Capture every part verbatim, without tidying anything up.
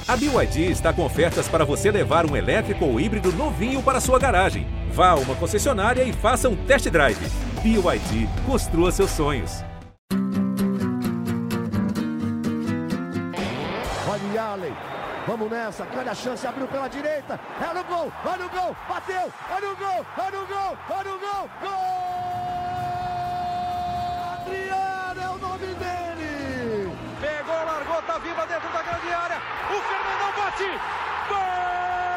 A B Y D está com ofertas para você levar um elétrico ou híbrido novinho para sua garagem. Vá a uma concessionária e faça um test drive. B Y D, construa seus sonhos. Olha Allen, vamos nessa, grande a chance, abriu pela direita, é no gol, olha o gol, bateu, olha o gol, olha o gol, olha o gol, gol! Adriano é o nome dele! Pegou, largou, tá viva dentro da grande área, o Fernandão bate, gol!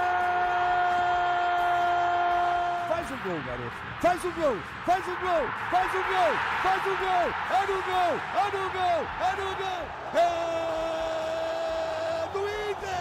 Faz o gol, garoto, faz o gol, faz o gol, faz o gol, faz o gol, é no gol, é no gol, é no gol, é do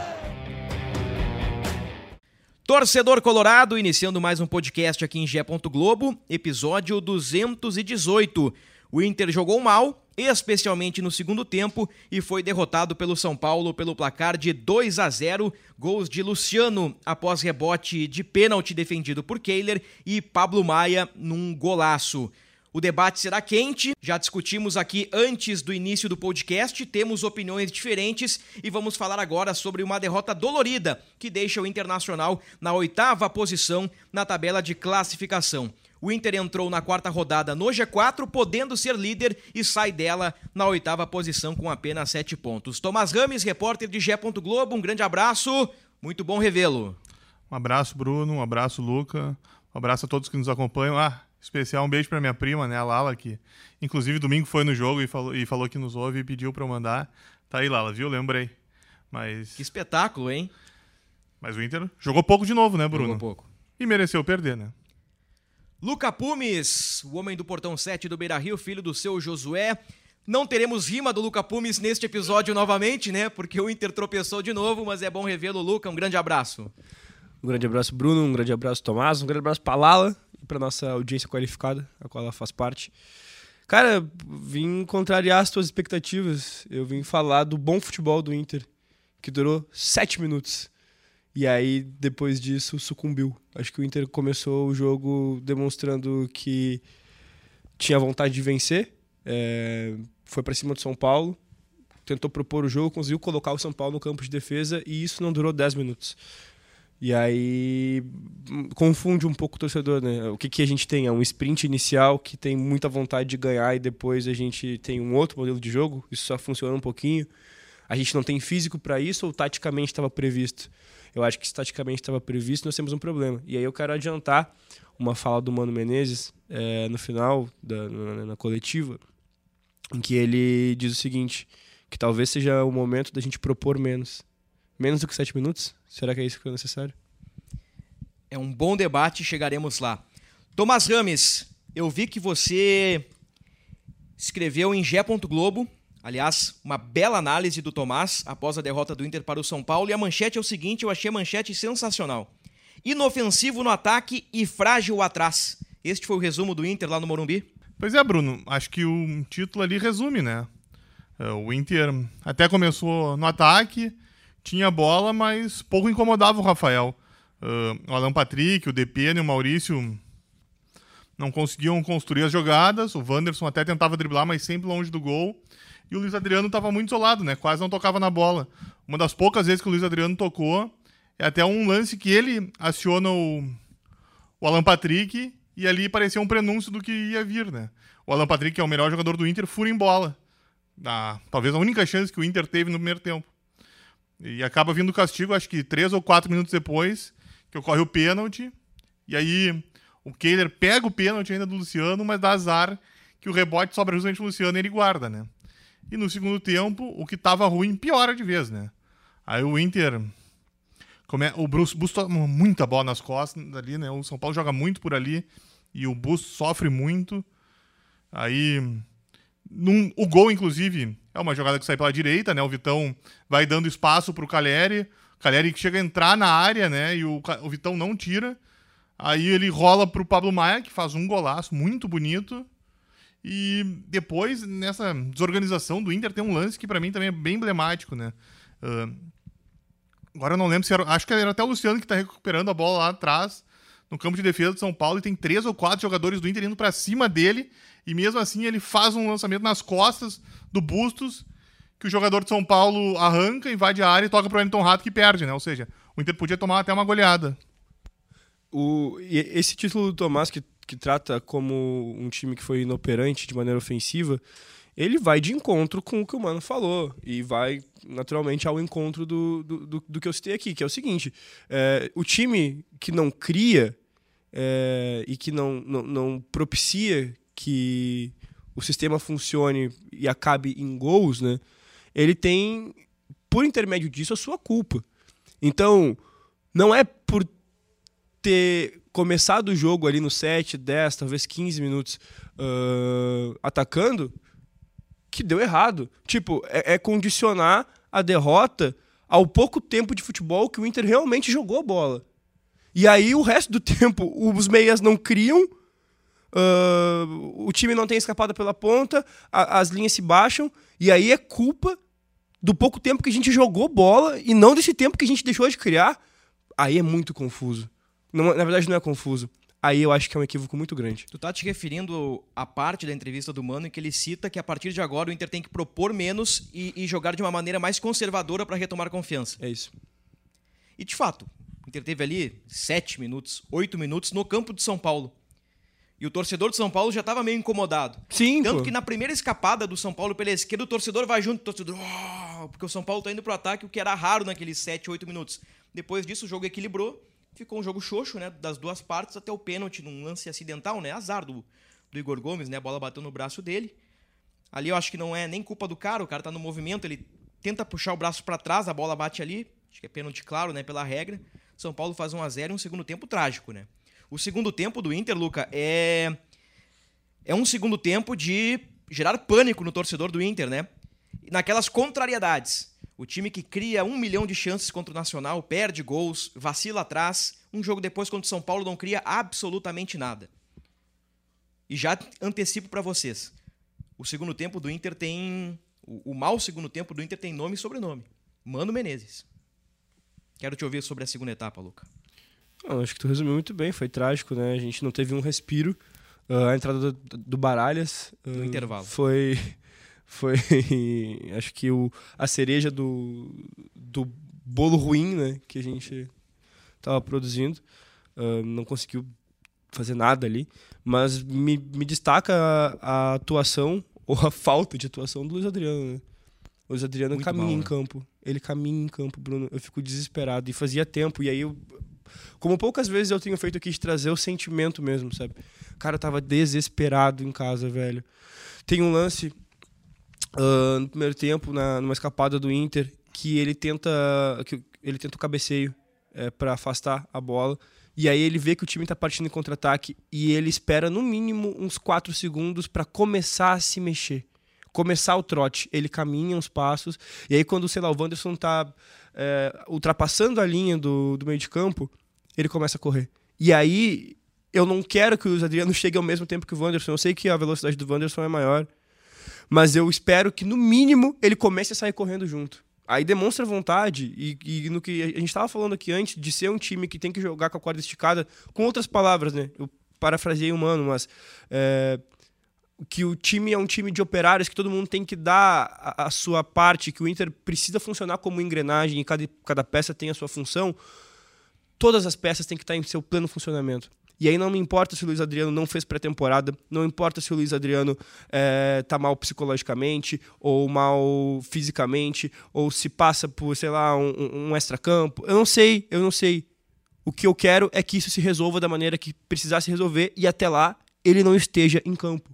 Inter! Torcedor colorado, iniciando mais um podcast aqui em G E. Globo, episódio duzentos e dezoito. O Inter jogou mal, especialmente no segundo tempo, e foi derrotado pelo São Paulo pelo placar de dois a zero, gols de Luciano após rebote de pênalti defendido por Kehler e Pablo Maia num golaço. O debate será quente, já discutimos aqui antes do início do podcast, temos opiniões diferentes e vamos falar agora sobre uma derrota dolorida que deixa o Internacional na oitava posição na tabela de classificação. O Inter entrou na quarta rodada no G quatro, podendo ser líder e sai dela na oitava posição com apenas sete pontos. Tomás Rames, repórter de G E. Globo, um grande abraço, muito bom revê-lo. Um abraço, Bruno, um abraço, Luca, um abraço a todos que nos acompanham. Ah, especial um beijo pra minha prima, né, a Lala, que inclusive domingo foi no jogo e falou, e falou que nos ouve e pediu pra eu mandar. Tá aí, Lala, viu? Lembrei. Mas... Que espetáculo, hein? Mas o Inter jogou pouco de novo, né, Bruno? Jogou pouco. E mereceu perder, né? Luca Pumes, o homem do portão sete do Beira-Rio, filho do seu Josué. Não teremos rima do Luca Pumes neste episódio novamente, né? Porque o Inter tropeçou de novo, mas é bom revê-lo, Luca. Um grande abraço. Um grande abraço, Bruno. Um grande abraço, Tomás. Um grande abraço pra Lala e pra nossa audiência qualificada, a qual ela faz parte. Cara, vim contrariar as tuas expectativas. Eu vim falar do bom futebol do Inter, que durou sete minutos. E aí, depois disso, sucumbiu. Acho que o Inter começou o jogo demonstrando que tinha vontade de vencer. É, foi para cima do São Paulo, tentou propor o jogo, conseguiu colocar o São Paulo no campo de defesa e isso não durou dez minutos. E aí, confunde um pouco o torcedor, né? O que, que a gente tem? É um sprint inicial que tem muita vontade de ganhar e depois a gente tem um outro modelo de jogo. Isso só funciona um pouquinho. A gente não tem físico para isso ou taticamente estava previsto? Eu acho que se taticamente estava previsto, nós temos um problema. E aí eu quero adiantar uma fala do Mano Menezes é, no final, da, na, na coletiva, em que ele diz o seguinte, que talvez seja o momento da gente propor menos. Menos do que sete minutos? Será que é isso que é necessário? É um bom debate, chegaremos lá. Tomás Rames, eu vi que você escreveu em G E. Globo, aliás, uma bela análise do Tomás após a derrota do Inter para o São Paulo. E a manchete é o seguinte, eu achei a manchete sensacional. Inofensivo no ataque e frágil atrás. Este foi o resumo do Inter lá no Morumbi? Pois é, Bruno. Acho que o título ali resume, né? O Inter até começou no ataque, tinha bola, mas pouco incomodava o Rafael. O Alan Patrick, o Depena e o Maurício não conseguiam construir as jogadas. O Wanderson até tentava driblar, mas sempre longe do gol. E o Luiz Adriano estava muito isolado, né? Quase não tocava na bola. Uma das poucas vezes que o Luiz Adriano tocou é até um lance que ele aciona o, o Alan Patrick e ali parecia um prenúncio do que ia vir, né? O Alan Patrick, que é o melhor jogador do Inter, fura em bola. Ah, talvez a única chance que o Inter teve no primeiro tempo. E acaba vindo o castigo, acho que três ou quatro minutos depois, que ocorre o pênalti. E aí o Kehler pega o pênalti ainda do Luciano, mas dá azar que o rebote sobra justamente o Luciano e ele guarda, né? E no segundo tempo, o que estava ruim piora de vez, né? Aí o Inter... Come... O Bruce Busto toma muita bola nas costas ali, né? O São Paulo joga muito por ali e o Busto sofre muito. Aí... Num... O gol, inclusive, é uma jogada que sai pela direita, né? O Vitão vai dando espaço pro Caleri. O Caleri que chega a entrar na área, né? E o, o Vitão não tira. Aí ele rola pro Pablo Maia, que faz um golaço muito bonito. E depois, nessa desorganização do Inter, tem um lance que pra mim também é bem emblemático, né? Uh, agora eu não lembro se era... Acho que era até o Luciano que tá recuperando a bola lá atrás, no campo de defesa de São Paulo, e tem três ou quatro jogadores do Inter indo pra cima dele, e mesmo assim ele faz um lançamento nas costas do Bustos, que o jogador de São Paulo arranca, invade a área e toca pro Wellington Rato que perde, né? Ou seja, o Inter podia tomar até uma goleada. O, e esse título do Tomás, que, que trata como um time que foi inoperante de maneira ofensiva, ele vai de encontro com o que o Mano falou e vai naturalmente ao encontro do, do, do, do que eu citei aqui, que é o seguinte, é, o time que não cria é, e que não, não, não propicia que o sistema funcione e acabe em gols, né, ele tem, por intermédio disso, a sua culpa. Então, não é por ter começado o jogo ali no sete, dez, talvez quinze minutos uh, atacando, que deu errado. Tipo, é, é condicionar a derrota ao pouco tempo de futebol que o Inter realmente jogou bola. E aí, o resto do tempo, os meias não criam, uh, o time não tem escapada pela ponta, a, as linhas se baixam, e aí é culpa do pouco tempo que a gente jogou bola e não desse tempo que a gente deixou de criar. Aí é muito confuso. Não, na verdade, não é confuso. Aí eu acho que é um equívoco muito grande. Tu tá te referindo à parte da entrevista do Mano em que ele cita que a partir de agora o Inter tem que propor menos e, e jogar de uma maneira mais conservadora para retomar confiança. É isso. E de fato, o Inter teve ali sete minutos, oito minutos no campo de São Paulo. E o torcedor de São Paulo já estava meio incomodado. Sim, Tanto pô. que na primeira escapada do São Paulo pela esquerda, o torcedor vai junto, o torcedor... Oh, porque o São Paulo tá indo pro ataque, o que era raro naqueles sete, oito minutos. Depois disso, o jogo equilibrou. Ficou um jogo xoxo, né, das duas partes, até o pênalti num lance acidental, né, azar do, do Igor Gomes, né, a bola bateu no braço dele. Ali eu acho que não é nem culpa do cara, o cara tá no movimento, ele tenta puxar o braço para trás, a bola bate ali, acho que é pênalti claro, né, pela regra. São Paulo faz um a zero e um segundo tempo trágico, né. O segundo tempo do Inter, Luca, é, é um segundo tempo de gerar pânico no torcedor do Inter, né, naquelas contrariedades. O time que cria um milhão de chances contra o Nacional, perde gols, vacila atrás. Um jogo depois contra o São Paulo não cria absolutamente nada. E já antecipo para vocês. O segundo tempo do Inter tem... O, o mau segundo tempo do Inter tem nome e sobrenome. Mano Menezes. Quero te ouvir sobre a segunda etapa, Luca. Não, acho que tu resumiu muito bem. Foi trágico, né? A gente não teve um respiro. Uh, a entrada do, do Baralhas... Uh, No intervalo. Foi... Foi, acho que o, a cereja do, do bolo ruim, né, que a gente estava produzindo. Uh, não conseguiu fazer nada ali. Mas me, me destaca a, a atuação, ou a falta de atuação do Luiz Adriano. Né? O Luiz Adriano Muito caminha mal, em né? campo. Ele caminha em campo, Bruno. Eu fico desesperado. E fazia tempo. E aí, eu, como poucas vezes eu tenho feito aqui, de trazer o sentimento mesmo, sabe? O cara tava desesperado em casa, velho. Tem um lance... Uh, no primeiro tempo, na, numa escapada do Inter, que ele tenta, que ele tenta o cabeceio é, para afastar a bola. E aí ele vê que o time está partindo em contra-ataque e ele espera no mínimo uns quatro segundos para começar a se mexer. Começar o trote. Ele caminha uns passos e aí quando, sei lá, o Wanderson está é, ultrapassando a linha do, do meio de campo, ele começa a correr. E aí eu não quero que o Luiz Adriano chegue ao mesmo tempo que o Wanderson. Eu sei que a velocidade do Wanderson é maior, mas eu espero que, no mínimo, ele comece a sair correndo junto. Aí demonstra vontade, e, e no que a gente estava falando aqui antes, de ser um time que tem que jogar com a corda esticada, com outras palavras, né? Eu parafraseei o Mano, mas é, que o time é um time de operários, que todo mundo tem que dar a, a sua parte, que o Inter precisa funcionar como engrenagem, e cada, cada peça tem a sua função. Todas as peças têm que estar em seu pleno funcionamento. E aí não me importa se o Luiz Adriano não fez pré-temporada, não importa se o Luiz Adriano é, tá mal psicologicamente, ou mal fisicamente, ou se passa por, sei lá, um, um extracampo. Eu não sei, eu não sei. O que eu quero é que isso se resolva da maneira que precisar se resolver e até lá ele não esteja em campo.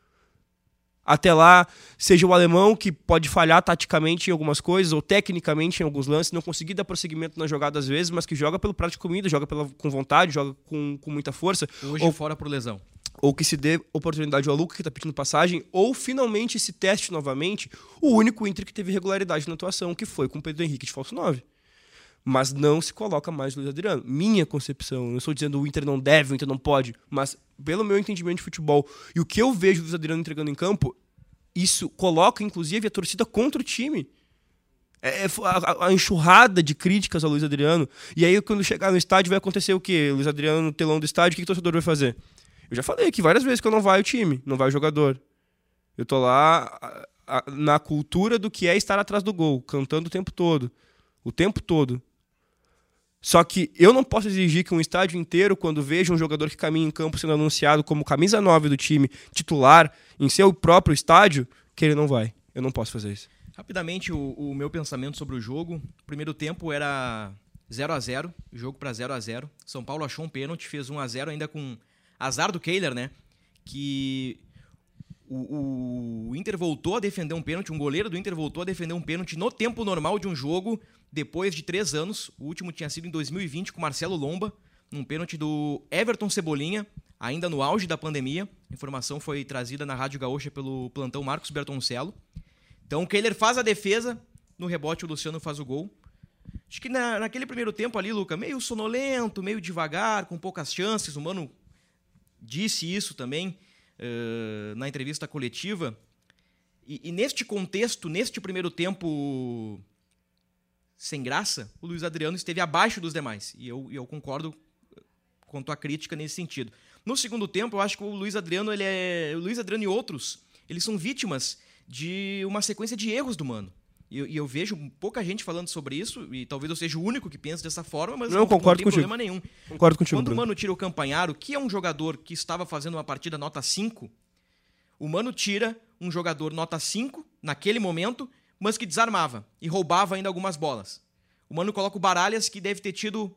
Até lá, seja o alemão que pode falhar taticamente em algumas coisas ou tecnicamente em alguns lances, não conseguir dar prosseguimento na jogada às vezes, mas que joga pelo prato de comida, joga pela, com vontade, joga com, com muita força. Hoje ou, fora por lesão. Ou que se dê oportunidade ao Luca, que está pedindo passagem, ou finalmente se teste novamente o único Inter que teve regularidade na atuação, que foi com o Pedro Henrique de falso nove. Mas não se coloca mais o Luiz Adriano. Minha concepção, não estou dizendo o Inter não deve, o Inter não pode, mas pelo meu entendimento de futebol e o que eu vejo o Luiz Adriano entregando em campo, isso coloca, inclusive, a torcida contra o time. É a, a enxurrada de críticas ao Luiz Adriano. E aí, quando chegar no estádio, vai acontecer o quê? Luiz Adriano no telão do estádio, o que o torcedor vai fazer? Eu já falei aqui várias vezes que eu não vai o time, não vai o jogador. Eu tô lá a, na cultura do que é estar atrás do gol, cantando o tempo todo. O tempo todo. Só que eu não posso exigir que um estádio inteiro, quando veja um jogador que caminha em campo sendo anunciado como camisa nove do time titular em seu próprio estádio, que ele não vai. Eu não posso fazer isso. Rapidamente, o, o meu pensamento sobre o jogo. Primeiro tempo era zero a zero, jogo para zero a zero. São Paulo achou um pênalti, fez um a zero ainda com azar do Kehler, né? Que o, o Inter voltou a defender um pênalti, um goleiro do Inter voltou a defender um pênalti no tempo normal de um jogo, depois de três anos. O último tinha sido em dois mil e vinte com Marcelo Lomba, num pênalti do Everton Cebolinha, ainda no auge da pandemia. A informação foi trazida na Rádio Gaúcha pelo plantão Marcos Bertoncello. Então o Kehler faz a defesa, no rebote o Luciano faz o gol. Acho que na, naquele primeiro tempo ali, Luca, meio sonolento, meio devagar, com poucas chances. O Mano disse isso também uh, na entrevista coletiva. E, e neste contexto, neste primeiro tempo sem graça, o Luiz Adriano esteve abaixo dos demais. E eu, eu concordo quanto à crítica nesse sentido. No segundo tempo, eu acho que o Luiz Adriano, ele é, o Luiz Adriano e outros, eles são vítimas de uma sequência de erros do Mano. E eu, e eu vejo pouca gente falando sobre isso, e talvez eu seja o único que pensa dessa forma, mas não, não, concordo não tem contigo. problema nenhum. Concordo contigo, Quando Bruno. o Mano tira o Campanharo, que é um jogador que estava fazendo uma partida nota cinco, o Mano tira um jogador nota cinco, naquele momento, mas que desarmava e roubava ainda algumas bolas. O Mano coloca o Baralhas, que deve ter tido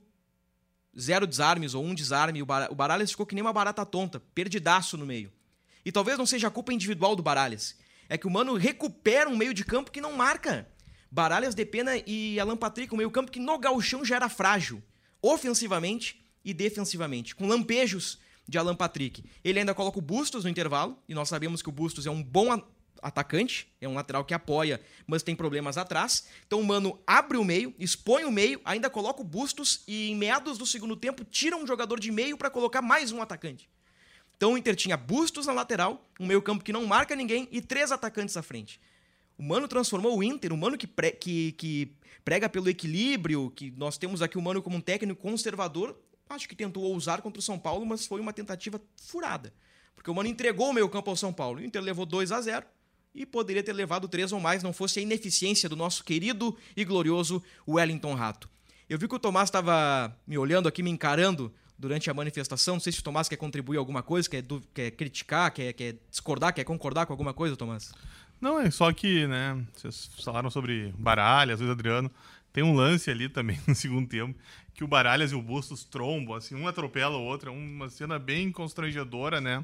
zero desarmes ou um desarme. O Baralhas ficou que nem uma barata tonta, perdidaço no meio. E talvez não seja a culpa individual do Baralhas. É que o Mano recupera um meio de campo que não marca. Baralhas, Depena e Alan Patrick, um meio campo que no gauchão já era frágil, ofensivamente e defensivamente, com lampejos de Alan Patrick. Ele ainda coloca o Bustos no intervalo, e nós sabemos que o Bustos é um bom atacante, é um lateral que apoia, mas tem problemas atrás. Então o Mano abre o meio, expõe o meio, ainda coloca o Bustos e em meados do segundo tempo tira um jogador de meio para colocar mais um atacante. Então o Inter tinha Bustos na lateral, um meio campo que não marca ninguém e três atacantes à frente. O Mano transformou o Inter, o Mano que, pre, que, que prega pelo equilíbrio, que nós temos aqui o Mano como um técnico conservador, acho que tentou ousar contra o São Paulo, mas foi uma tentativa furada. Porque o Mano entregou o meio campo ao São Paulo. O Inter levou dois a zero e poderia ter levado três ou mais, não fosse a ineficiência do nosso querido e glorioso Wellington Rato. Eu vi que o Tomás estava me olhando aqui, me encarando durante a manifestação. Não sei se o Tomás quer contribuir alguma coisa, quer, quer criticar, quer, quer discordar, quer concordar com alguma coisa, Tomás? Não, é só que, né, vocês falaram sobre Baralhas, Luiz Adriano. Tem um lance ali também no segundo tempo, que o Baralhas e o Bustos trombam, assim, um atropela o outro. É uma cena bem constrangedora, né?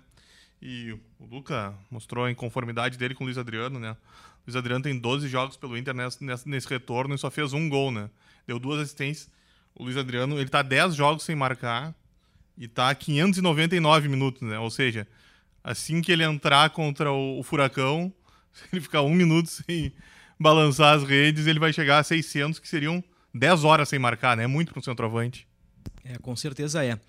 E o Luca mostrou a inconformidade dele com o Luiz Adriano, né? O Luiz Adriano tem doze jogos pelo Inter nesse, nesse retorno e só fez um gol, né? Deu duas assistências. O Luiz Adriano, ele tá dez jogos sem marcar e tá quinhentos e noventa e nove minutos, né? Ou seja, assim que ele entrar contra o, o Furacão, se ele ficar um minuto sem balançar as redes, ele vai chegar a seiscentos, que seriam dez horas sem marcar, né? É muito para um centroavante. É, com certeza é.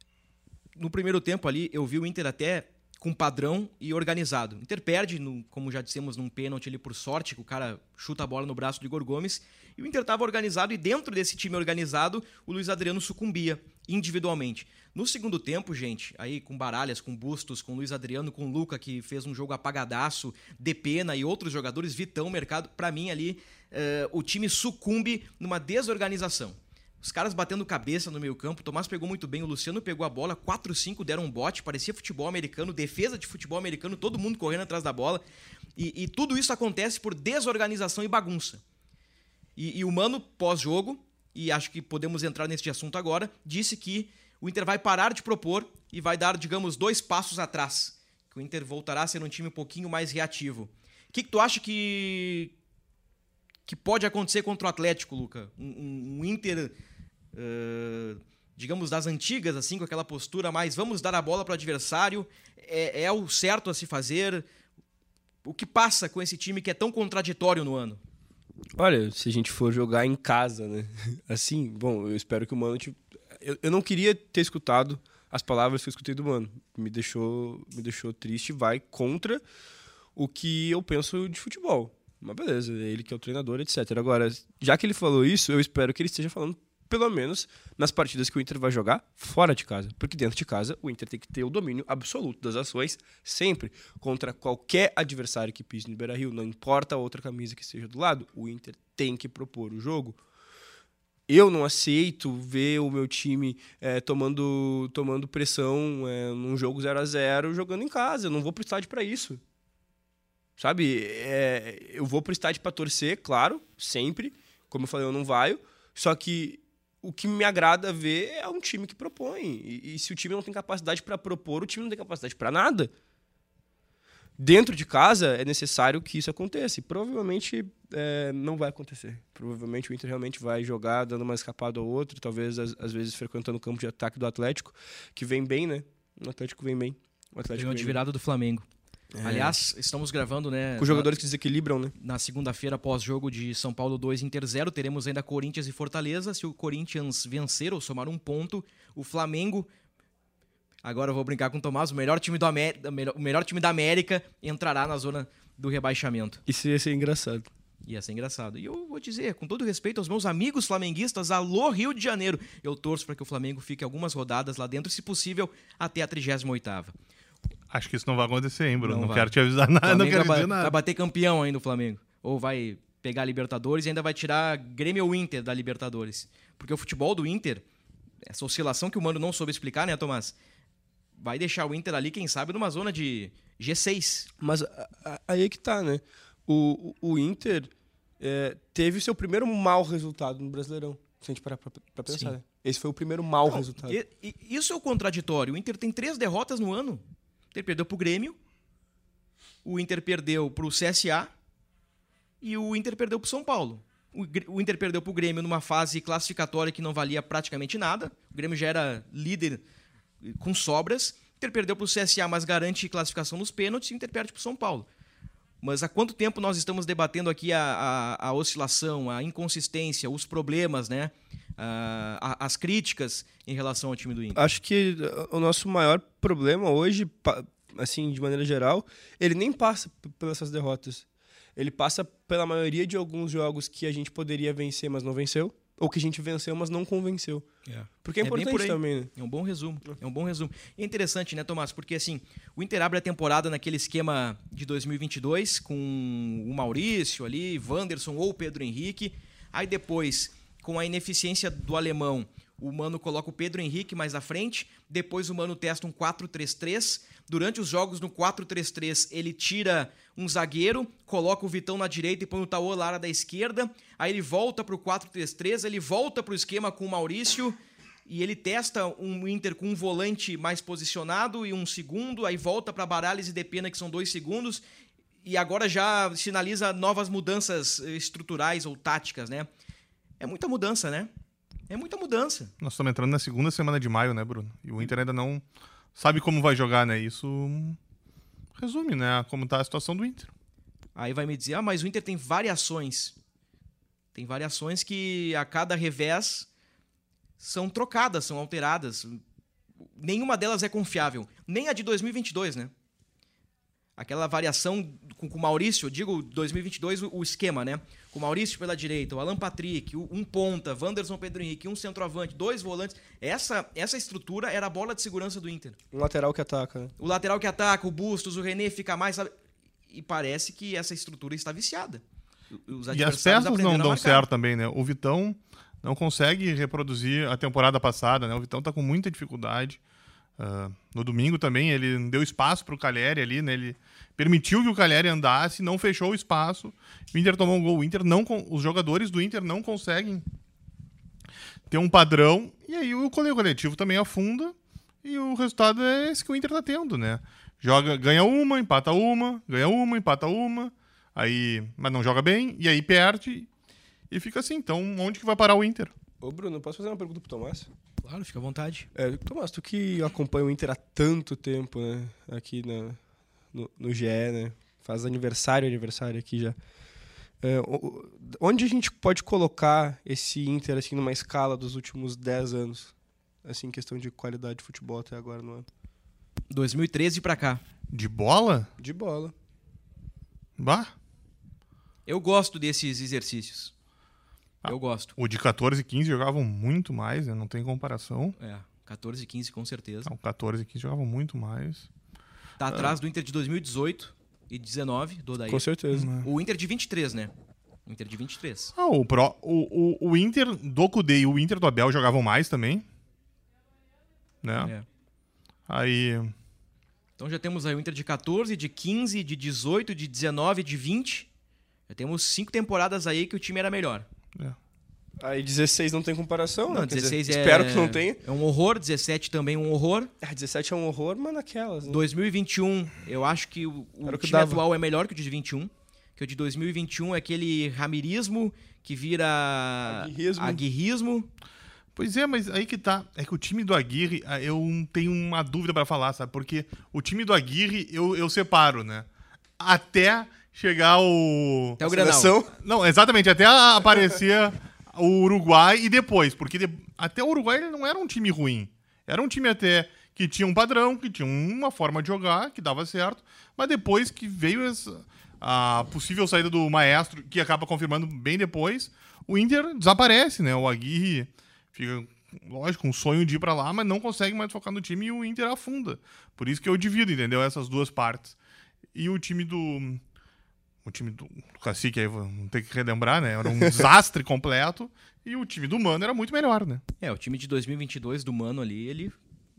No primeiro tempo ali, eu vi o Inter até com padrão e organizado. O Inter perde, no, como já dissemos, num pênalti ali por sorte, que o cara chuta a bola no braço do Igor Gomes, e o Inter estava organizado, e dentro desse time organizado, o Luiz Adriano sucumbia individualmente. No segundo tempo, gente, aí com Baralhas, com Bustos, com Luiz Adriano, com Luca, que fez um jogo apagadaço, Depena e outros jogadores, Vitão, Mercado, pra mim ali, uh, o time sucumbe numa desorganização. Os caras batendo cabeça no meio campo, o Tomás pegou muito bem, o Luciano pegou a bola, quatro cinco deram um bote, parecia futebol americano, defesa de futebol americano, todo mundo correndo atrás da bola, e, e tudo isso acontece por desorganização e bagunça. E, e o Mano, pós-jogo, e acho que podemos entrar nesse assunto agora, disse que o Inter vai parar de propor e vai dar, digamos, dois passos atrás, que o Inter voltará a ser um time um pouquinho mais reativo. O que, que tu acha que, que pode acontecer contra o Atlético, Luca? Um, um, um Inter... Uh, digamos, das antigas, assim, com aquela postura mais vamos dar a bola para o adversário, é, é o certo a se fazer. O que passa com esse time que é tão contraditório no ano? Olha, se a gente for jogar em casa, né? Assim, bom, eu espero que o Mano... Tipo, eu, eu não queria ter escutado as palavras que eu escutei do Mano. Me deixou, me deixou triste, vai contra o que eu penso de futebol. Mas beleza, ele que é o treinador, etcétera. Agora, já que ele falou isso, eu espero que ele esteja falando pelo menos nas partidas que o Inter vai jogar fora de casa. Porque dentro de casa, o Inter tem que ter o domínio absoluto das ações, sempre, contra qualquer adversário que pise no Beira-Rio. Não importa a outra camisa que esteja do lado, o Inter tem que propor o jogo. Eu não aceito ver o meu time é, tomando, tomando pressão é, num jogo zero a zero jogando em casa. Eu não vou pro estádio para isso. Sabe? É, eu vou pro estádio para torcer, claro, sempre. Como eu falei, eu não vaio. Só que o que me agrada ver é um time que propõe. E, e se o time não tem capacidade para propor, o time não tem capacidade para nada. Dentro de casa, é necessário que isso aconteça. E provavelmente é, não vai acontecer. Provavelmente o Inter realmente vai jogar dando uma escapada ou outra, talvez às, às vezes frequentando o campo de ataque do Atlético, que vem bem, né? O Atlético vem bem. O Atlético Ganhou de virada do Flamengo. É. Aliás, estamos gravando, né? Com jogadores na, que desequilibram, né? Na segunda-feira, pós-jogo de São Paulo dois, Inter zero, teremos ainda Corinthians e Fortaleza. Se o Corinthians vencer ou somar um ponto, o Flamengo... Agora eu vou brincar com o Tomás, o melhor time, do América, o melhor time da América entrará na zona do rebaixamento. Isso ia ser engraçado. Ia ser engraçado. E eu vou dizer, com todo respeito aos meus amigos flamenguistas, alô Rio de Janeiro, eu torço para que o Flamengo fique algumas rodadas lá dentro, se possível, até a trigésima oitava. Acho que isso não vai acontecer, hein, Bruno? Não, não vai. quero te avisar nada, não quero vai, dizer nada. Vai bater campeão ainda o Flamengo. Ou vai pegar a Libertadores e ainda vai tirar Grêmio ou Inter da Libertadores. Porque o futebol do Inter, essa oscilação que o Mano não soube explicar, né, Tomás? Vai deixar o Inter ali, quem sabe, numa zona de G seis. Mas a, a, aí é que tá, né? O, o, o Inter é, teve o seu primeiro mau resultado no Brasileirão. Se a gente parar pra, pra pensar, né? Esse foi o primeiro mau Não, resultado. E, e, isso é o contraditório. O Inter tem três derrotas no ano. O Inter perdeu pro Grêmio, o Inter perdeu pro C S A e o Inter perdeu pro São Paulo. O, o Inter perdeu pro Grêmio numa fase classificatória que não valia praticamente nada. O Grêmio já era líder com sobras. O Inter perdeu para o C S A, mas garante classificação nos pênaltis, e o Inter perde para o São Paulo. Mas há quanto tempo nós estamos debatendo aqui a, a, a oscilação, a inconsistência, os problemas, né? a, a, as críticas em relação ao time do Inter? Acho que o nosso maior problema hoje, assim, de maneira geral, ele nem passa pelas essas derrotas. Ele passa pela maioria de alguns jogos que a gente poderia vencer, mas não venceu. Ou que a gente venceu, mas não convenceu. É. Porque é, é importante também, né? É um bom resumo. É um bom resumo. E é interessante, né, Tomás? Porque, assim, o Inter abre a temporada naquele esquema de dois mil e vinte e dois, com o Maurício ali, Wanderson ou Pedro Henrique. Aí depois, com a ineficiência do alemão, o Mano coloca o Pedro Henrique mais à frente. Depois o Mano testa um quatro três três. Durante os jogos no quatro três três, ele tira um zagueiro, coloca o Vitão na direita e põe o Tauan Lara da esquerda. Aí ele volta para o quatro três três, ele volta para o esquema com o Maurício e ele testa um Inter com um volante mais posicionado e um segundo. Aí volta para Baralhas e Depena, que são dois segundos. E agora já sinaliza novas mudanças estruturais ou táticas, né? É muita mudança, né? É muita mudança. Nós estamos entrando na segunda semana de maio, né, Bruno? E o Inter ainda não sabe como vai jogar, né? Isso resume, né, como está a situação do Inter. Aí vai me dizer, ah, mas o Inter tem variações. Tem variações que a cada revés são trocadas, são alteradas. Nenhuma delas é confiável. Nem a de dois mil e vinte e dois, né? Aquela variação com o Maurício, eu digo dois mil e vinte e dois, o esquema, né? Com o Maurício pela direita, o Alan Patrick, um ponta, Wanderson, Pedro Henrique, um centroavante, dois volantes. Essa, essa estrutura era a bola de segurança do Inter. Um lateral que ataca. Né? O lateral que ataca, o Bustos, o René fica mais... Sabe? E parece que essa estrutura está viciada. Os e as peças não dão certo também, né? O Vitão não consegue reproduzir a temporada passada, né? O Vitão tá com muita dificuldade. Uh, no domingo também ele deu espaço para o Calleri ali, né? Ele permitiu que o Calleri andasse, não fechou o espaço. O Inter tomou um gol. O Inter não, os jogadores do Inter não conseguem ter um padrão. E aí o coletivo também afunda. E o resultado é esse que o Inter tá tendo, né? Joga, ganha uma, empata uma, ganha uma, empata uma. Aí, mas não joga bem, e aí perde. E fica assim. Então, onde que vai parar o Inter? Ô, Bruno, posso fazer uma pergunta pro Tomás? Claro, fica à vontade. É, Tomás, tu que acompanha o Inter há tanto tempo, né? Aqui na, no, no G E, né? Faz aniversário, aniversário aqui já. É, onde a gente pode colocar esse Inter, assim, numa escala dos últimos dez anos? Assim, em questão de qualidade de futebol até agora no ano. dois mil e treze pra cá. De bola? De bola. Bah. Eu gosto desses exercícios. Eu gosto. O de catorze e quinze jogavam muito mais, né? Não tem comparação. É, catorze e quinze com certeza. Não, catorze e quinze jogavam muito mais. Tá atrás do Inter de dois mil e dezoito e dezenove, do Odair. Com certeza. O Inter de vinte e três, né? O Inter de vinte e três. Ah, o, Pro, o, o, o Inter do Cudê e o Inter do Abel jogavam mais também. Né? É. Aí... Então já temos aí o Inter de catorze, de quinze, de dezoito, de dezenove, de vinte. Já temos cinco temporadas aí que o time era melhor. É. Aí dezesseis não tem comparação, Não, né? Quer dezesseis dizer, é... Espero que não tenha. É um horror, dezessete também um horror. Ah, dezessete é um horror, mas naquelas. Né? dois mil e vinte e um, eu acho que o, o Era o que time dava. atual é melhor que o de vinte e um. Que o de dois mil e vinte e um é aquele ramirismo que vira Aguirrismo. aguirrismo. Pois é, mas aí que tá. É que o time do Aguirre, ah, eu tenho uma dúvida pra falar, sabe? Porque o time do Aguirre eu, eu separo, né? Até chegar o... Até o Grenal. Seleção. Não, exatamente, até aparecer o Uruguai e depois. Porque de- até o Uruguai ele não era um time ruim. Era um time até que tinha um padrão, que tinha uma forma de jogar, que dava certo. Mas depois que veio essa, a possível saída do Maestro, que acaba confirmando bem depois, o Inter desaparece, né? O Aguirre fica, lógico, um sonho de ir pra lá, mas não consegue mais focar no time e o Inter afunda. Por isso que eu divido, entendeu? Essas duas partes. E o time do... O time do, do Cacique, aí vamos ter que relembrar, né? Era um desastre completo. E o time do Mano era muito melhor, né? É, o time de dois mil e vinte e dois do Mano ali, ele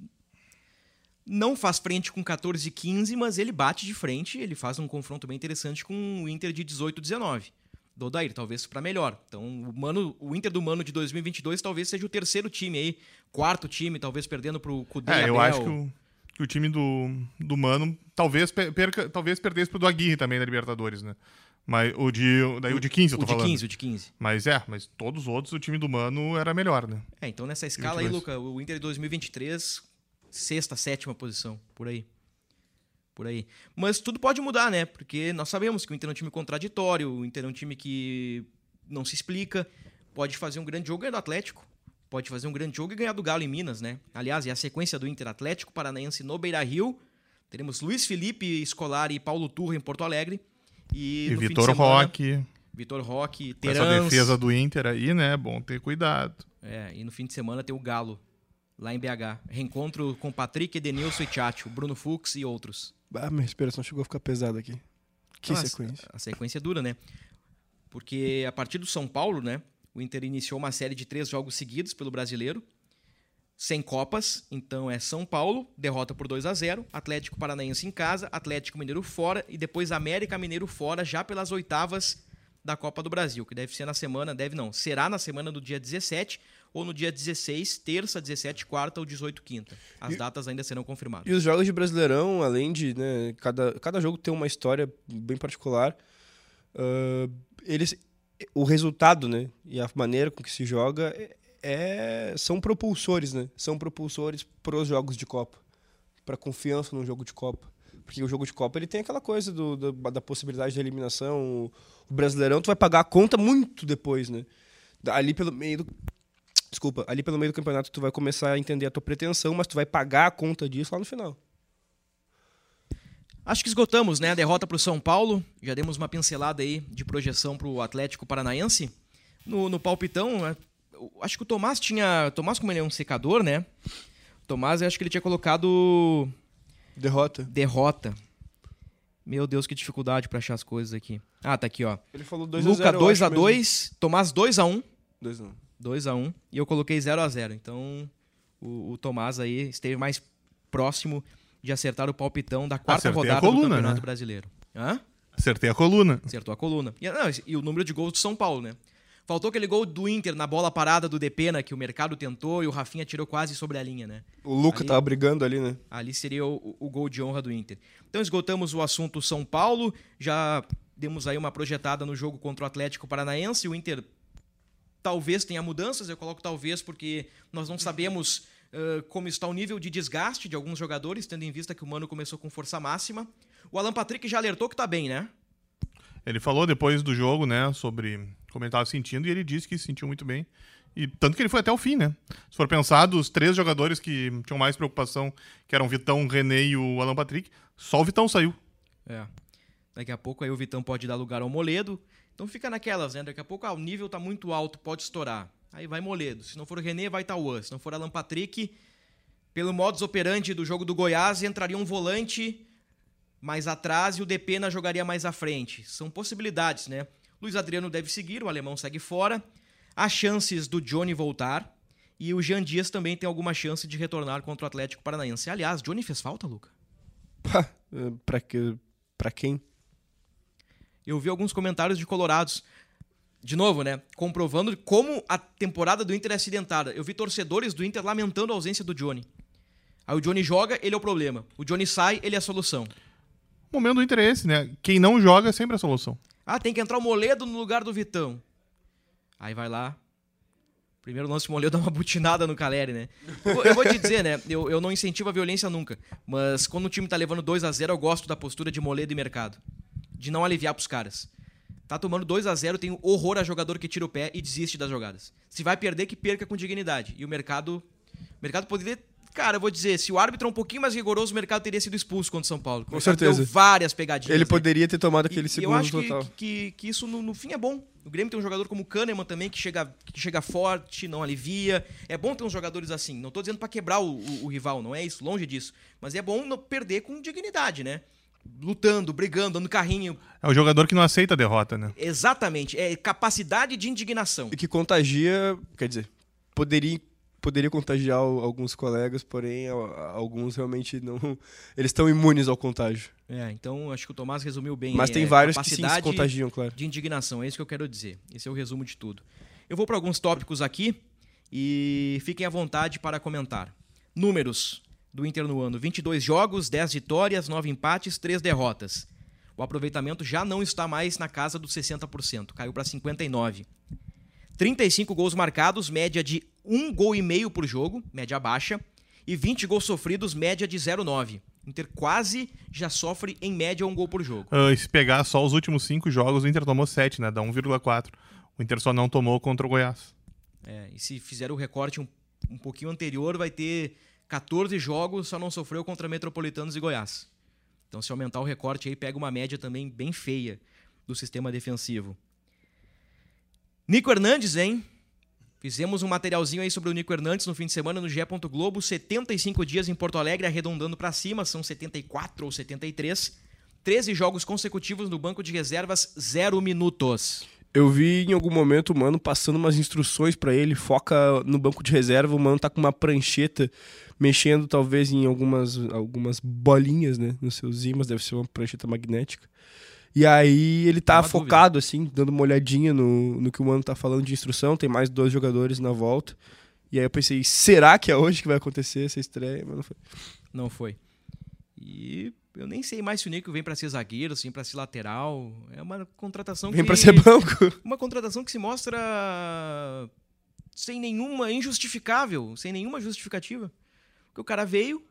não faz frente com catorze e quinze, mas ele bate de frente, ele faz um confronto bem interessante com o Inter de dezoito e dezenove. Do Odair, talvez para melhor. Então, o, Mano, o Inter do Mano de dois mil e vinte e dois talvez seja o terceiro time aí, quarto time, talvez perdendo pro Cudê. É, eu Abel. acho que o, que o time do, do Mano talvez, perca, talvez perdesse pro do Aguirre também na Libertadores, né? Mas o de, daí o de quinze, eu tô o de falando. quinze, o de quinze. Mas é, mas todos os outros, o time do Mano era melhor, né? É, então nessa escala aí, Luca, o Inter de dois mil e vinte e três, sexta, sétima posição, por aí. Por aí. Mas tudo pode mudar, né? Porque nós sabemos que o Inter é um time contraditório, o Inter é um time que não se explica, pode fazer um grande jogo e ganhar do Atlético, pode fazer um grande jogo e ganhar do Galo em Minas, né? Aliás, é a sequência do Inter Atlético Paranaense no Beira-Rio. Teremos Luiz Felipe Scolari e Paulo Turra em Porto Alegre. E, E no fim de Vitor semana, Roque. Vitor Roque, Com essa Terans. defesa do Inter aí, né? Bom ter cuidado. É, e no fim de semana tem o Galo, lá em B H. Reencontro com Patrick, Edenilson e Tchatcho, Bruno Fux e outros. Ah, minha respiração chegou a ficar pesada aqui. Que Então, a- sequência. A, sequência é dura, né? Porque a partir do São Paulo, né? O Inter iniciou uma série de três jogos seguidos pelo Brasileiro, sem Copas. Então é São Paulo, derrota por dois a zero, Atlético Paranaense em casa, Atlético Mineiro fora e depois América Mineiro fora, já pelas oitavas da Copa do Brasil, que deve ser na semana, deve não, será na semana do dia dezessete ou no dia dezesseis, terça, dezessete, quarta ou dezoito, quinta. As E- datas ainda serão confirmadas. E os jogos de Brasileirão, além de, né, cada, cada jogo tem uma história bem particular, ah, eles, o resultado, né, e a maneira com que se joga é, é- são propulsores, né? São propulsores para os jogos de Copa, para confiança no jogo de Copa. Porque o jogo de Copa ele tem aquela coisa do, do- da possibilidade de eliminação. O, o Brasileirão tu vai pagar a conta muito depois, né? Ali pelo meio do, desculpa, ali pelo meio do campeonato tu vai começar a entender a tua pretensão, mas tu vai pagar a conta disso lá no final. Acho que esgotamos, né? A derrota para o São Paulo. Já demos uma pincelada aí de projeção para o Atlético Paranaense. No, no palpitão, né? Eu acho que o Tomás tinha... Tomás, como ele é um secador, né? O Tomás, eu acho que ele tinha colocado Derrota. derrota. Meu Deus, que dificuldade para achar as coisas aqui. Ah, tá aqui, ó. Ele falou dois a Luca zero. dois a dois, Tomás dois a um. dois a um. dois a um. E eu coloquei zero a zero. Então, o, o Tomás aí esteve mais próximo de acertar o palpitão da quarta Acertei a rodada do coluna, Campeonato né? Brasileiro. Hã? Acertei a coluna. Acertou a coluna. E, não, e o número de gols do São Paulo, né? Faltou aquele gol do Inter na bola parada do Depena, que o mercado tentou e o Rafinha tirou quase sobre a linha, né? O Luca Ali- tava brigando ali, né? Ali seria o, o gol de honra do Inter. Então esgotamos o assunto São Paulo, já demos aí uma projetada no jogo contra o Atlético Paranaense. O Inter talvez tenha mudanças, eu coloco talvez porque nós não sabemos uh, como está o nível de desgaste de alguns jogadores, tendo em vista que o Mano começou com força máxima. O Alan Patrick já alertou que tá bem, né? Ele falou depois do jogo, né, sobre como ele estava sentindo, e ele disse que se sentiu muito bem. E tanto que ele foi até o fim, né? Se for pensar, dos três jogadores que tinham mais preocupação, que eram o Vitão, o René e o Alan Patrick, só o Vitão saiu. É. Daqui a pouco aí o Vitão pode dar lugar ao Moledo. Então fica naquelas, né? Daqui a pouco ah, o nível tá muito alto, pode estourar. Aí vai Moledo. Se não for o René, vai Tauan. Se não for Alan Patrick, pelo modus operandi do jogo do Goiás, entraria um volante mais atrás e o Depena jogaria mais à frente. São possibilidades, né? Luiz Adriano deve seguir, o alemão segue fora. Há chances do Johnny voltar. E o Jean Dias também tem alguma chance de retornar contra o Atlético Paranaense. Aliás, Johnny fez falta, Luca? Pá, pra, que, pra quem? Eu vi alguns comentários de colorados. De novo, né? Comprovando como a temporada do Inter é acidentada. Eu vi torcedores do Inter lamentando a ausência do Johnny. Aí o Johnny joga, ele é o problema. O Johnny sai, ele é a solução. O momento do Inter é esse, né? Quem não joga é sempre a solução. Ah, tem que entrar o Moledo no lugar do Vitão. Aí vai lá. Primeiro lance, o Moledo dá uma butinada no Caleri, né? Eu, eu vou te dizer, né? Eu, eu não incentivo a violência nunca. Mas quando o time tá levando dois a zero, eu gosto da postura de Moledo e Mercado. De não aliviar pros caras. Tá tomando dois a zero, tem horror a jogador que tira o pé e desiste das jogadas. Se vai perder, que perca com dignidade. E o Mercado... O Mercado poderia... Cara, eu vou dizer, se o árbitro é um pouquinho mais rigoroso, o Mercado teria sido expulso contra o São Paulo. Com certeza. Deu várias pegadinhas. Ele né? poderia ter tomado aquele e, segundo eu acho total. que, que, que isso, no, no fim, é bom. O Grêmio tem um jogador como o Kahneman também, que chega, que chega forte, não alivia. É bom ter uns jogadores assim. Não tô dizendo pra quebrar o, o, o rival, não é isso, longe disso. Mas é bom não perder com dignidade, né? Lutando, brigando, dando carrinho. É o jogador que não aceita a derrota, né? Exatamente. É capacidade de indignação. E que contagia, quer dizer, poderia, poderia contagiar alguns colegas, porém alguns realmente não... Eles estão imunes ao contágio. É, então acho que o Tomás resumiu bem. Mas aí, tem é, vários que sim se capacidade contagiam, claro. de indignação, é isso que eu quero dizer. Esse é o resumo de tudo. Eu vou para alguns tópicos aqui e fiquem à vontade para comentar. Números do Inter no ano: vinte e dois jogos, dez vitórias, nove empates, três derrotas. O aproveitamento já não está mais na casa dos sessenta por cento, caiu para cinquenta e nove por cento. trinta e cinco gols marcados, média de um gol e meio por jogo, média baixa, e vinte gols sofridos, média de zero vírgula nove. Inter quase já sofre em média um gol por jogo. Uh, se pegar só os últimos cinco jogos, o Inter tomou sete, né? Dá um vírgula quatro. O Inter só não tomou contra o Goiás. É, e se fizer o recorte um, um pouquinho anterior, vai ter catorze jogos, só não sofreu contra Metropolitanos e Goiás. Então, se aumentar o recorte aí, pega uma média também bem feia do sistema defensivo. Nico Hernandes, hein? Fizemos um materialzinho aí sobre o Nico Hernandes no fim de semana no G E. Globo. setenta e cinco dias em Porto Alegre, arredondando para cima, são setenta e quatro ou setenta e três. treze jogos consecutivos no banco de reservas, zero minutos. Eu vi em algum momento o Mano passando umas instruções pra ele, foca no banco de reserva, o Mano tá com uma prancheta, mexendo talvez em algumas, algumas bolinhas, né, nos seus ímãs, deve ser uma prancheta magnética. E aí ele tá focado, dúvida. assim, dando uma olhadinha no, no que o Mano tá falando de instrução, tem mais dois jogadores na volta. E aí eu pensei, será que é hoje que vai acontecer essa estreia? Mas não foi. Não foi. E eu nem sei mais se o Nico vem pra ser zagueiro, se vem pra ser lateral. É uma contratação vem que... pra ser banco. Uma contratação que se mostra sem nenhuma... injustificável, sem nenhuma justificativa. Porque o cara veio...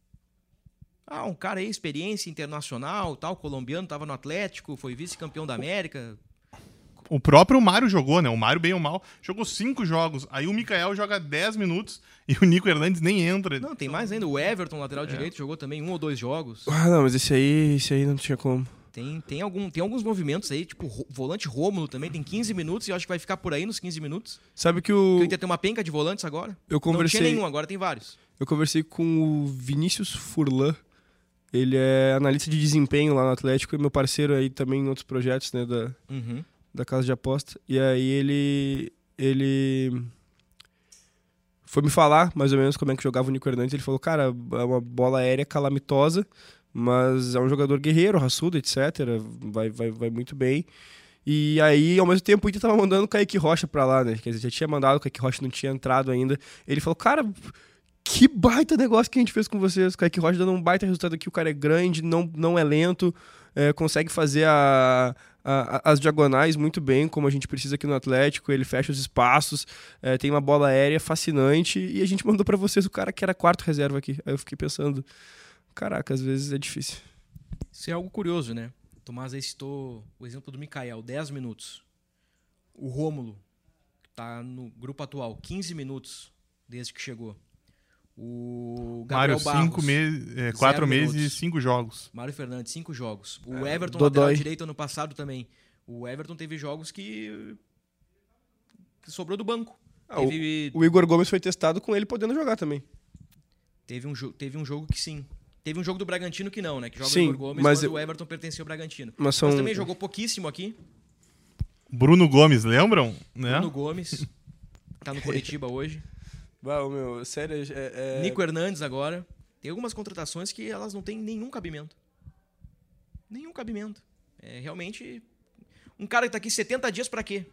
Ah, um cara aí, experiência internacional, tal, colombiano, tava no Atlético, foi vice-campeão da América. O próprio Mário jogou, né? O Mário, bem ou mal, jogou cinco jogos. Aí o Mikael joga dez minutos e o Nico Hernandes nem entra. Não, tem mais ainda. O Everton, lateral é. direito, jogou também um ou dois jogos. Ah, não, mas esse aí, esse aí não tinha como. Tem, tem, algum, tem alguns movimentos aí, tipo o volante Rômulo também, tem quinze minutos e eu acho que vai ficar por aí nos quinze minutos. Sabe que o... Porque o Inter tem uma penca de volantes agora. Eu conversei... Não tinha nenhum, agora tem vários. Eu conversei com o Vinícius Furlan. Ele é analista de desempenho lá no Atlético e meu parceiro aí também em outros projetos, né, da, uhum. da casa de aposta. E aí ele, ele foi me falar mais ou menos como é que jogava o Nico Hernandes. Ele falou, cara, é uma bola aérea calamitosa, mas é um jogador guerreiro, raçudo, etcétera. Vai, vai, vai muito bem. E aí, ao mesmo tempo, o Inter tava mandando o Kaique Rocha pra lá, né? Quer dizer, já tinha mandado, o Kaique Rocha não tinha entrado ainda. Ele falou, cara... Que baita negócio que a gente fez com vocês. O Kaique Rocha dando um baita resultado aqui. O cara é grande, não, não é lento, é, consegue fazer a, a, as diagonais muito bem, como a gente precisa aqui no Atlético. Ele fecha os espaços, é, tem uma bola aérea fascinante. E a gente mandou pra vocês o cara que era quarto reserva aqui. Aí eu fiquei pensando, caraca, às vezes é difícil. Isso é algo curioso, né? O Tomás aí citou o exemplo do Mikael, dez minutos. O Rômulo, que tá no grupo atual, quinze minutos desde que chegou. O Gabriel Mário, Barros, cinco meses, é, quatro meses e cinco jogos. Mário Fernandes, cinco jogos. O é, Everton, Dodói. lateral direito, ano passado também. O Everton teve jogos que, que sobrou do banco. Ah, teve... o, o Igor Gomes foi testado com ele podendo jogar também. Teve um, jo- teve um jogo que sim. Teve um jogo do Bragantino que não, né? Que joga Sim, o Igor Gomes, mas mas eu- o Everton pertencia ao Bragantino. Mas são- Mas também jogou pouquíssimo aqui. Bruno Gomes, lembram? Né? Bruno Gomes. Tá no Curitiba hoje. Bah, meu, sério, é, é... Nico Hernandes agora. Tem algumas contratações que elas não têm nenhum cabimento. Nenhum cabimento. É realmente... Um cara que tá aqui setenta dias pra quê?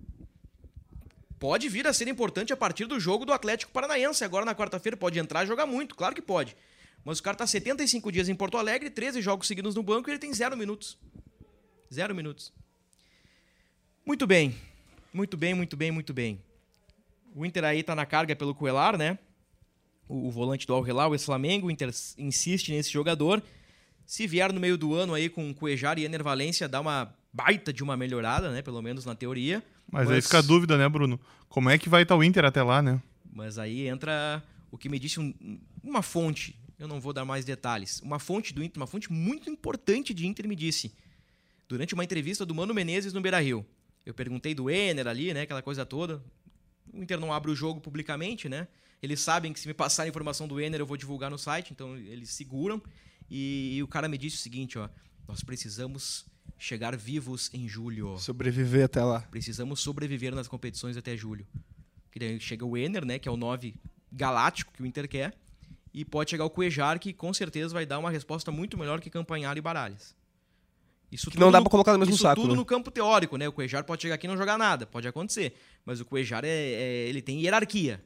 Pode vir a ser importante a partir do jogo do Atlético Paranaense. Agora na quarta-feira pode entrar e jogar muito. Claro que pode. Mas o cara tá setenta e cinco dias em Porto Alegre, treze jogos seguidos no banco e ele tem zero minutos. Zero minutos. Muito bem. Muito bem, muito bem, muito bem. O Inter aí tá na carga pelo Cuellar, né? O, o volante do Al Hilal, o ex-Flamengo. O Inter insiste nesse jogador. Se vier no meio do ano aí com o Cuejar e Ener Valencia, dá uma baita de uma melhorada, né? Pelo menos na teoria. Mas, mas aí fica a dúvida, né, Bruno? Como é que vai estar o Inter até lá, né? Mas aí entra o que me disse um, uma fonte. Eu não vou dar mais detalhes. Uma fonte do Inter, uma fonte muito importante de Inter me disse. Durante uma entrevista do Mano Menezes no Beira-Rio. Eu perguntei do Ener ali, né? Aquela coisa toda. O Inter não abre o jogo publicamente, né? Eles sabem que se me passar a informação do Ener eu vou divulgar no site, então eles seguram. E, e o cara me disse o seguinte, ó. Nós precisamos chegar vivos em julho. Sobreviver até lá. Precisamos sobreviver nas competições até julho. Que daí chega o Ener, né? Que é o nove galáctico que o Inter quer. E pode chegar o Cuejar, que com certeza vai dar uma resposta muito melhor que Campanhar e Baralhas. Isso Que não dá no- pra colocar no mesmo isso saco, tudo né? no campo teórico, né? O Cuejar pode chegar aqui e não jogar nada, pode acontecer. Mas o Cuejar, é, é- ele tem hierarquia.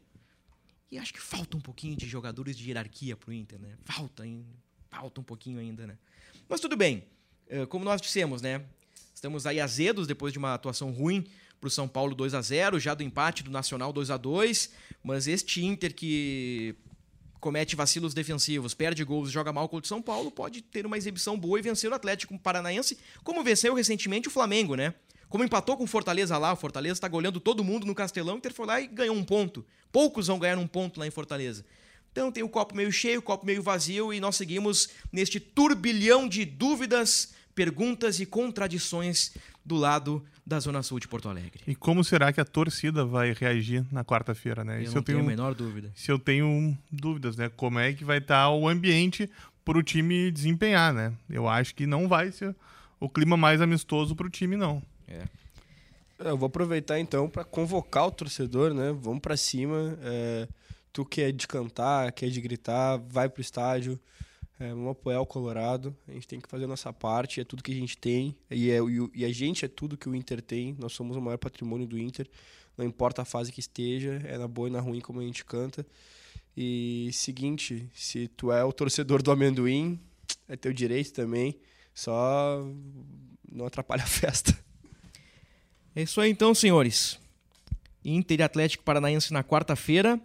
E acho que falta um pouquinho de jogadores de hierarquia pro Inter, né? Falta, hein? Falta um pouquinho ainda, né? Mas tudo bem. Eh, Como nós dissemos, né? Estamos aí azedos depois de uma atuação ruim pro São Paulo dois a zero, já do empate do Nacional dois a dois. Mas este Inter que comete vacilos defensivos, perde gols e joga mal contra o São Paulo, pode ter uma exibição boa e vencer o Atlético Paranaense, como venceu recentemente o Flamengo, né? Como empatou com o Fortaleza lá, o Fortaleza tá goleando todo mundo no Castelão, o Inter foi lá e ganhou um ponto. Poucos vão ganhar um ponto lá em Fortaleza. Então tem o copo meio cheio, o copo meio vazio, e nós seguimos neste turbilhão de dúvidas, perguntas e contradições do lado da Zona Sul de Porto Alegre. E como será que a torcida vai reagir na quarta-feira, né? Eu Isso não eu tenho tenho, a menor dúvida. isso eu tenho dúvidas, né? Como é que vai estar o ambiente para o time desempenhar, né? Eu acho que não vai ser o clima mais amistoso para o time, não. É. Eu vou aproveitar então para convocar o torcedor, né? Vamos para cima. É, tu que é de cantar, que é de gritar, vai pro estádio. É, vamos apoiar o Colorado. A gente tem que fazer a nossa parte, é tudo que a gente tem. E, é, e, o- e a gente é tudo que o Inter tem. Nós somos o maior patrimônio do Inter. Não importa a fase que esteja, é na boa e na ruim como a gente canta. E seguinte, se tu é o torcedor do amendoim, é teu direito também. Só não atrapalha a festa. É isso aí então, senhores. Inter e Atlético Paranaense na quarta-feira.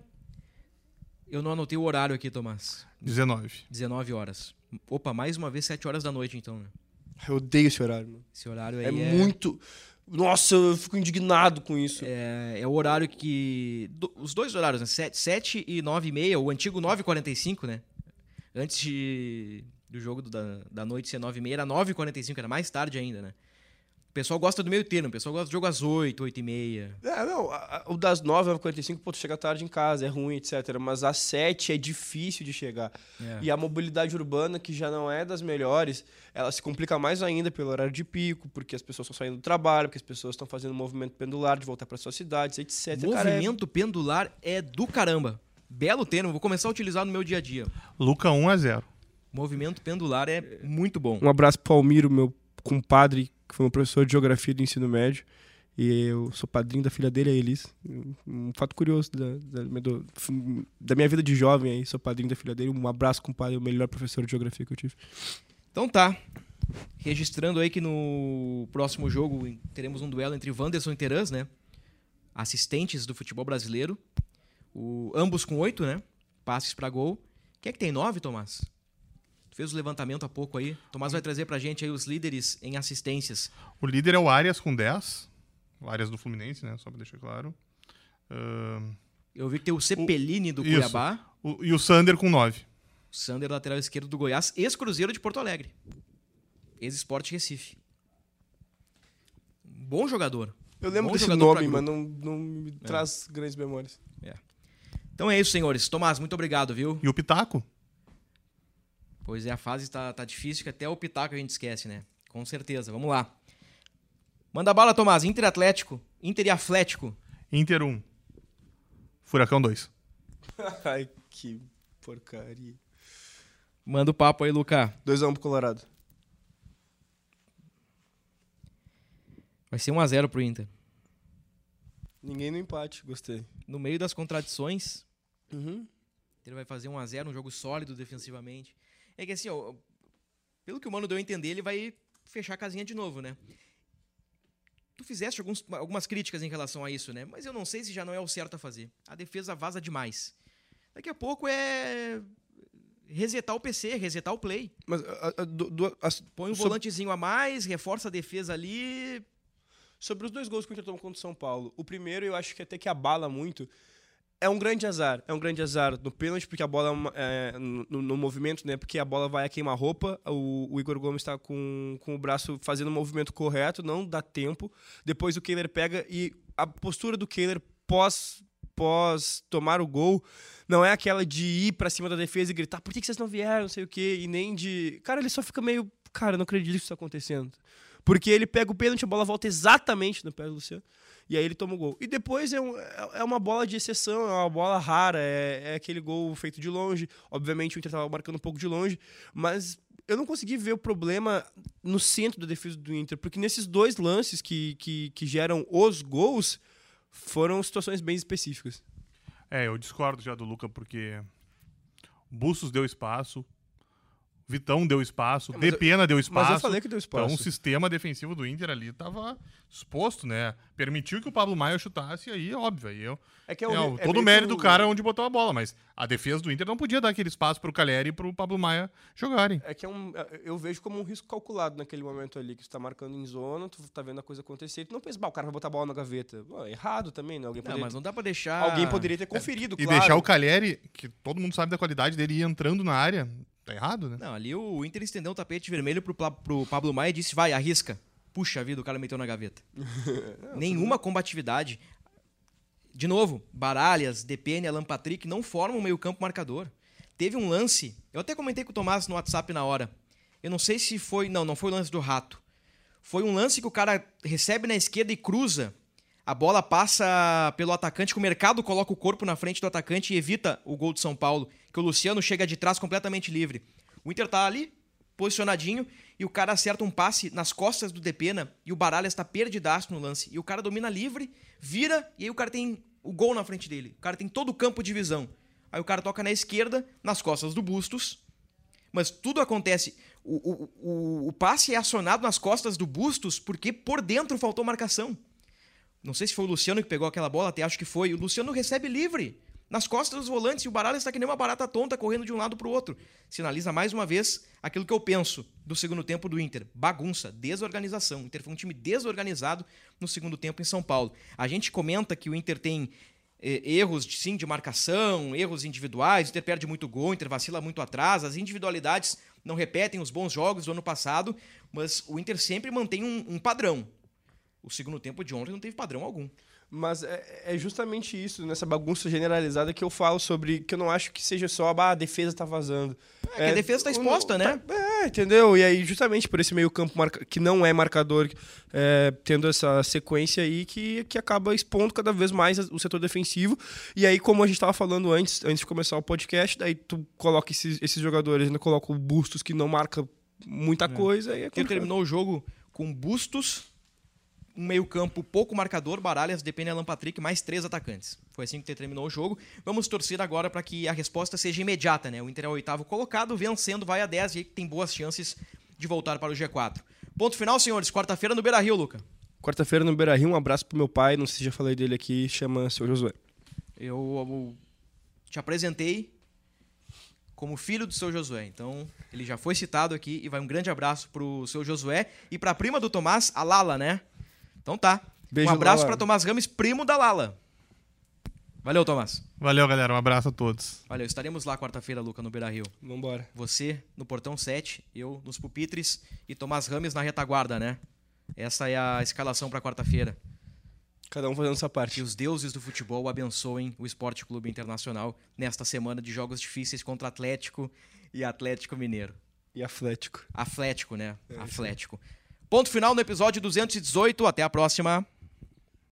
Eu não anotei o horário aqui, Tomás. dezenove. dezenove horas. Opa, mais uma vez sete horas da noite, então, né? Eu odeio esse horário, mano. Esse horário aí É, é... muito. Nossa, eu fico indignado com isso. É, é o horário que... do- os dois horários, né? sete, sete e nove e meia, o antigo nove e quarenta e cinco, né? Antes de, do jogo do- da, da noite ser nove e meia, era nove e quarenta e cinco, era mais tarde ainda, né? O pessoal gosta do meio termo, o pessoal gosta do jogo às oito, oito e meia. É, não, a- a- o das nove às quarenta e cinco, pô, tu chega tarde em casa, é ruim, etcétera. Mas às sete é difícil de chegar. É. E a mobilidade urbana, que já não é das melhores, ela se complica mais ainda pelo horário de pico, porque as pessoas estão saindo do trabalho, porque as pessoas estão fazendo movimento pendular de voltar para suas cidades, etcétera. Cara, é- Movimento pendular é do caramba. Belo termo, vou começar a utilizar no meu dia a dia. Luca um a zero. Movimento pendular é muito bom. Um abraço pro Almiro, meu compadre, que foi meu professor de geografia do ensino médio. E eu sou padrinho da filha dele, a Elis. Um fato curioso da, da, do- da minha vida de jovem aí, sou padrinho da filha dele. Um abraço, compadre, o melhor professor de geografia que eu tive. Então tá. Registrando aí que no próximo jogo teremos um duelo entre Wanderson e Terãs, né? Assistentes do futebol brasileiro. O, ambos com oito, né? Passes pra gol. Quem é que tem nove, Tomás? Tu fez o levantamento há pouco aí. Tomás vai trazer pra gente aí os líderes em assistências. O líder é o Arias com dez. O Arias do Fluminense, né? Só pra deixar claro. Ahn, Eu vi que tem o Cepelini do Isso. Cuiabá. o- e o Sander com nove. O Sander, lateral esquerdo do Goiás. Ex-Cruzeiro de Porto Alegre. Ex-Sport Recife. Bom jogador. Eu lembro Bom desse jogador pra nome, grupo. mas não, não me traz grandes memórias. É. Então é isso, senhores. Tomás, muito obrigado, viu? E o Pitaco? Pois é, a fase tá, tá difícil, que até o pitaco a gente esquece, né? Com certeza. Vamos lá. Manda bala, Tomás. Inter e Atlético. Inter e Atlético. Inter um. Furacão dois. Ai, que porcaria. Manda o papo aí, Luca. dois a um pro Colorado. Vai ser um a zero pro Inter. Ninguém no empate, gostei. No meio das contradições, Uhum. ele vai fazer um a zero, um jogo sólido defensivamente. É que assim, ó, pelo que o Mano deu a entender, ele vai fechar a casinha de novo, né? Tu fizeste alguns, algumas críticas em relação a isso, né? Mas eu não sei se já não é o certo a fazer. A defesa vaza demais. Daqui a pouco é resetar o P C, resetar o play. Mas a, a, do, do, as, Põe um sobre, volantezinho a mais, reforça a defesa ali. sobre os dois gols que o Inter tomou contra o São Paulo, o primeiro eu acho que até que abala muito. É um grande azar, é um grande azar no pênalti, porque a bola é, no, no movimento, né? Porque a bola vai a queima-roupa, o, o Igor Gomes está com, com o braço fazendo o movimento correto, não dá tempo. Depois o Kehler pega e a postura do Kehler pós, pós tomar o gol não é aquela de ir pra cima da defesa e gritar, por que, que vocês não vieram, não sei o quê, e nem de... Cara, ele só fica meio, cara, não acredito que isso está acontecendo. Porque ele pega o pênalti, a bola volta exatamente no pé do Luciano. E aí ele toma o gol. E depois é, um, é uma bola de exceção, é uma bola rara, é, é aquele gol feito de longe. Obviamente o Inter estava marcando um pouco de longe, mas eu não consegui ver o problema no centro da defesa do Inter, porque nesses dois lances que, que, que geram os gols, foram situações bem específicas. É, eu discordo já do Luca, porque o Bustos deu espaço, Vitão deu espaço, É, mas Depena deu espaço. Mas eu falei que deu espaço. Então o sistema defensivo do Inter ali estava exposto, né? Permitiu que o Pablo Maia chutasse, aí é óbvio. Aí eu, É que é, é o- o- é todo o meio mérito que o- do cara onde botou a bola, mas a defesa do Inter não podia dar aquele espaço pro Caleri e pro Pablo Maia jogarem. É que é um, eu vejo como um risco calculado naquele momento ali, que tu tá marcando em zona, tu tá vendo a coisa acontecer, tu não pensa, bah, o cara vai botar a bola na gaveta. Pô, é errado também, né? Alguém Não, poderia, mas não dá pra deixar... alguém poderia ter conferido, E claro. deixar o Caleri, que todo mundo sabe da qualidade dele, ir entrando na área, tá errado, né? Não, ali o Inter estendeu um tapete vermelho pro, Pla- pro Pablo Maia e disse, vai, arrisca. Puxa vida, o cara meteu na gaveta. Nenhuma combatividade. De novo, Baralhas, Depene, Alan Patrick não formam um meio campo marcador. Teve um lance, eu até comentei com o Tomás no WhatsApp na hora. Eu não sei se foi... Não, não foi o lance do Rato. Foi um lance que o cara recebe na esquerda e cruza. A bola passa pelo atacante, que o Mercado coloca o corpo na frente do atacante e evita o gol de São Paulo. Que o Luciano chega de trás completamente livre. O Inter tá ali, posicionadinho, e o cara acerta um passe nas costas do Depena e o Baralhas tá perdidaço no lance. E o cara domina livre, vira, e aí o cara tem o gol na frente dele. O cara tem todo o campo de visão. Aí o cara toca na esquerda, nas costas do Bustos. Mas tudo acontece... O, o, o, o passe é acionado nas costas do Bustos porque por dentro faltou marcação. Não sei se foi o Luciano que pegou aquela bola, até acho que foi. O Luciano recebe livre nas costas dos volantes e o Baralhas está que nem uma barata tonta correndo de um lado para o outro. Sinaliza mais uma vez aquilo que eu penso do segundo tempo do Inter. Bagunça, desorganização. O Inter foi um time desorganizado no segundo tempo em São Paulo. A gente comenta que o Inter tem eh, erros, de, sim, de marcação, erros individuais, o Inter perde muito gol, o Inter vacila muito atrás, as individualidades não repetem os bons jogos do ano passado, mas o Inter sempre mantém um, um padrão. O segundo tempo de ontem não teve padrão algum. Mas é, é justamente isso, nessa bagunça generalizada, que eu falo sobre, que eu não acho que seja só, ah, a defesa tá vazando. É, que a defesa tá exposta, o- né? tá- é, entendeu? E aí, justamente por esse meio campo marca, que não é marcador, é, tendo essa sequência aí que, que acaba expondo cada vez mais o setor defensivo. E aí, como a gente tava falando antes, antes de começar o podcast, daí tu coloca esses, esses jogadores, ainda coloca o Bustos, que não marca muita coisa. E é Porque complicado. terminou o jogo com Bustos, um meio-campo pouco marcador, Baralhas, Depene e Alan Patrick, mais três atacantes. Foi assim que terminou o jogo. Vamos torcer agora para que a resposta seja imediata, né? O Inter é o oitavo colocado, vencendo, vai a dez e tem boas chances de voltar para o G quatro. Ponto final, senhores. Quarta-feira no Beira-Rio, Luca. Quarta-feira no Beira-Rio, um abraço pro meu pai, não sei se já falei dele aqui, chama seu Josué. Eu, eu te apresentei como filho do seu Josué. Então, ele já foi citado aqui e vai um grande abraço pro seu Josué e pra prima do Tomás, a Lala, né? Então tá. Beijo, um abraço Lala. pra Tomás Rames, primo da Lala. Valeu, Tomás. Valeu, galera. Um abraço a todos. Valeu, estaremos lá quarta-feira, Luca, no Beira-Rio. Vambora. Você no portão sete, eu nos pupitres e Tomás Rames na retaguarda, né? Essa é a escalação para quarta-feira. Cada um fazendo sua parte. Que os deuses do futebol abençoem o Esporte Clube Internacional nesta semana de jogos difíceis contra Atlético e Atlético Mineiro. E Atlético. Atlético, né? É, Atlético. Ponto final no episódio duzentos e dezoito. Até a próxima.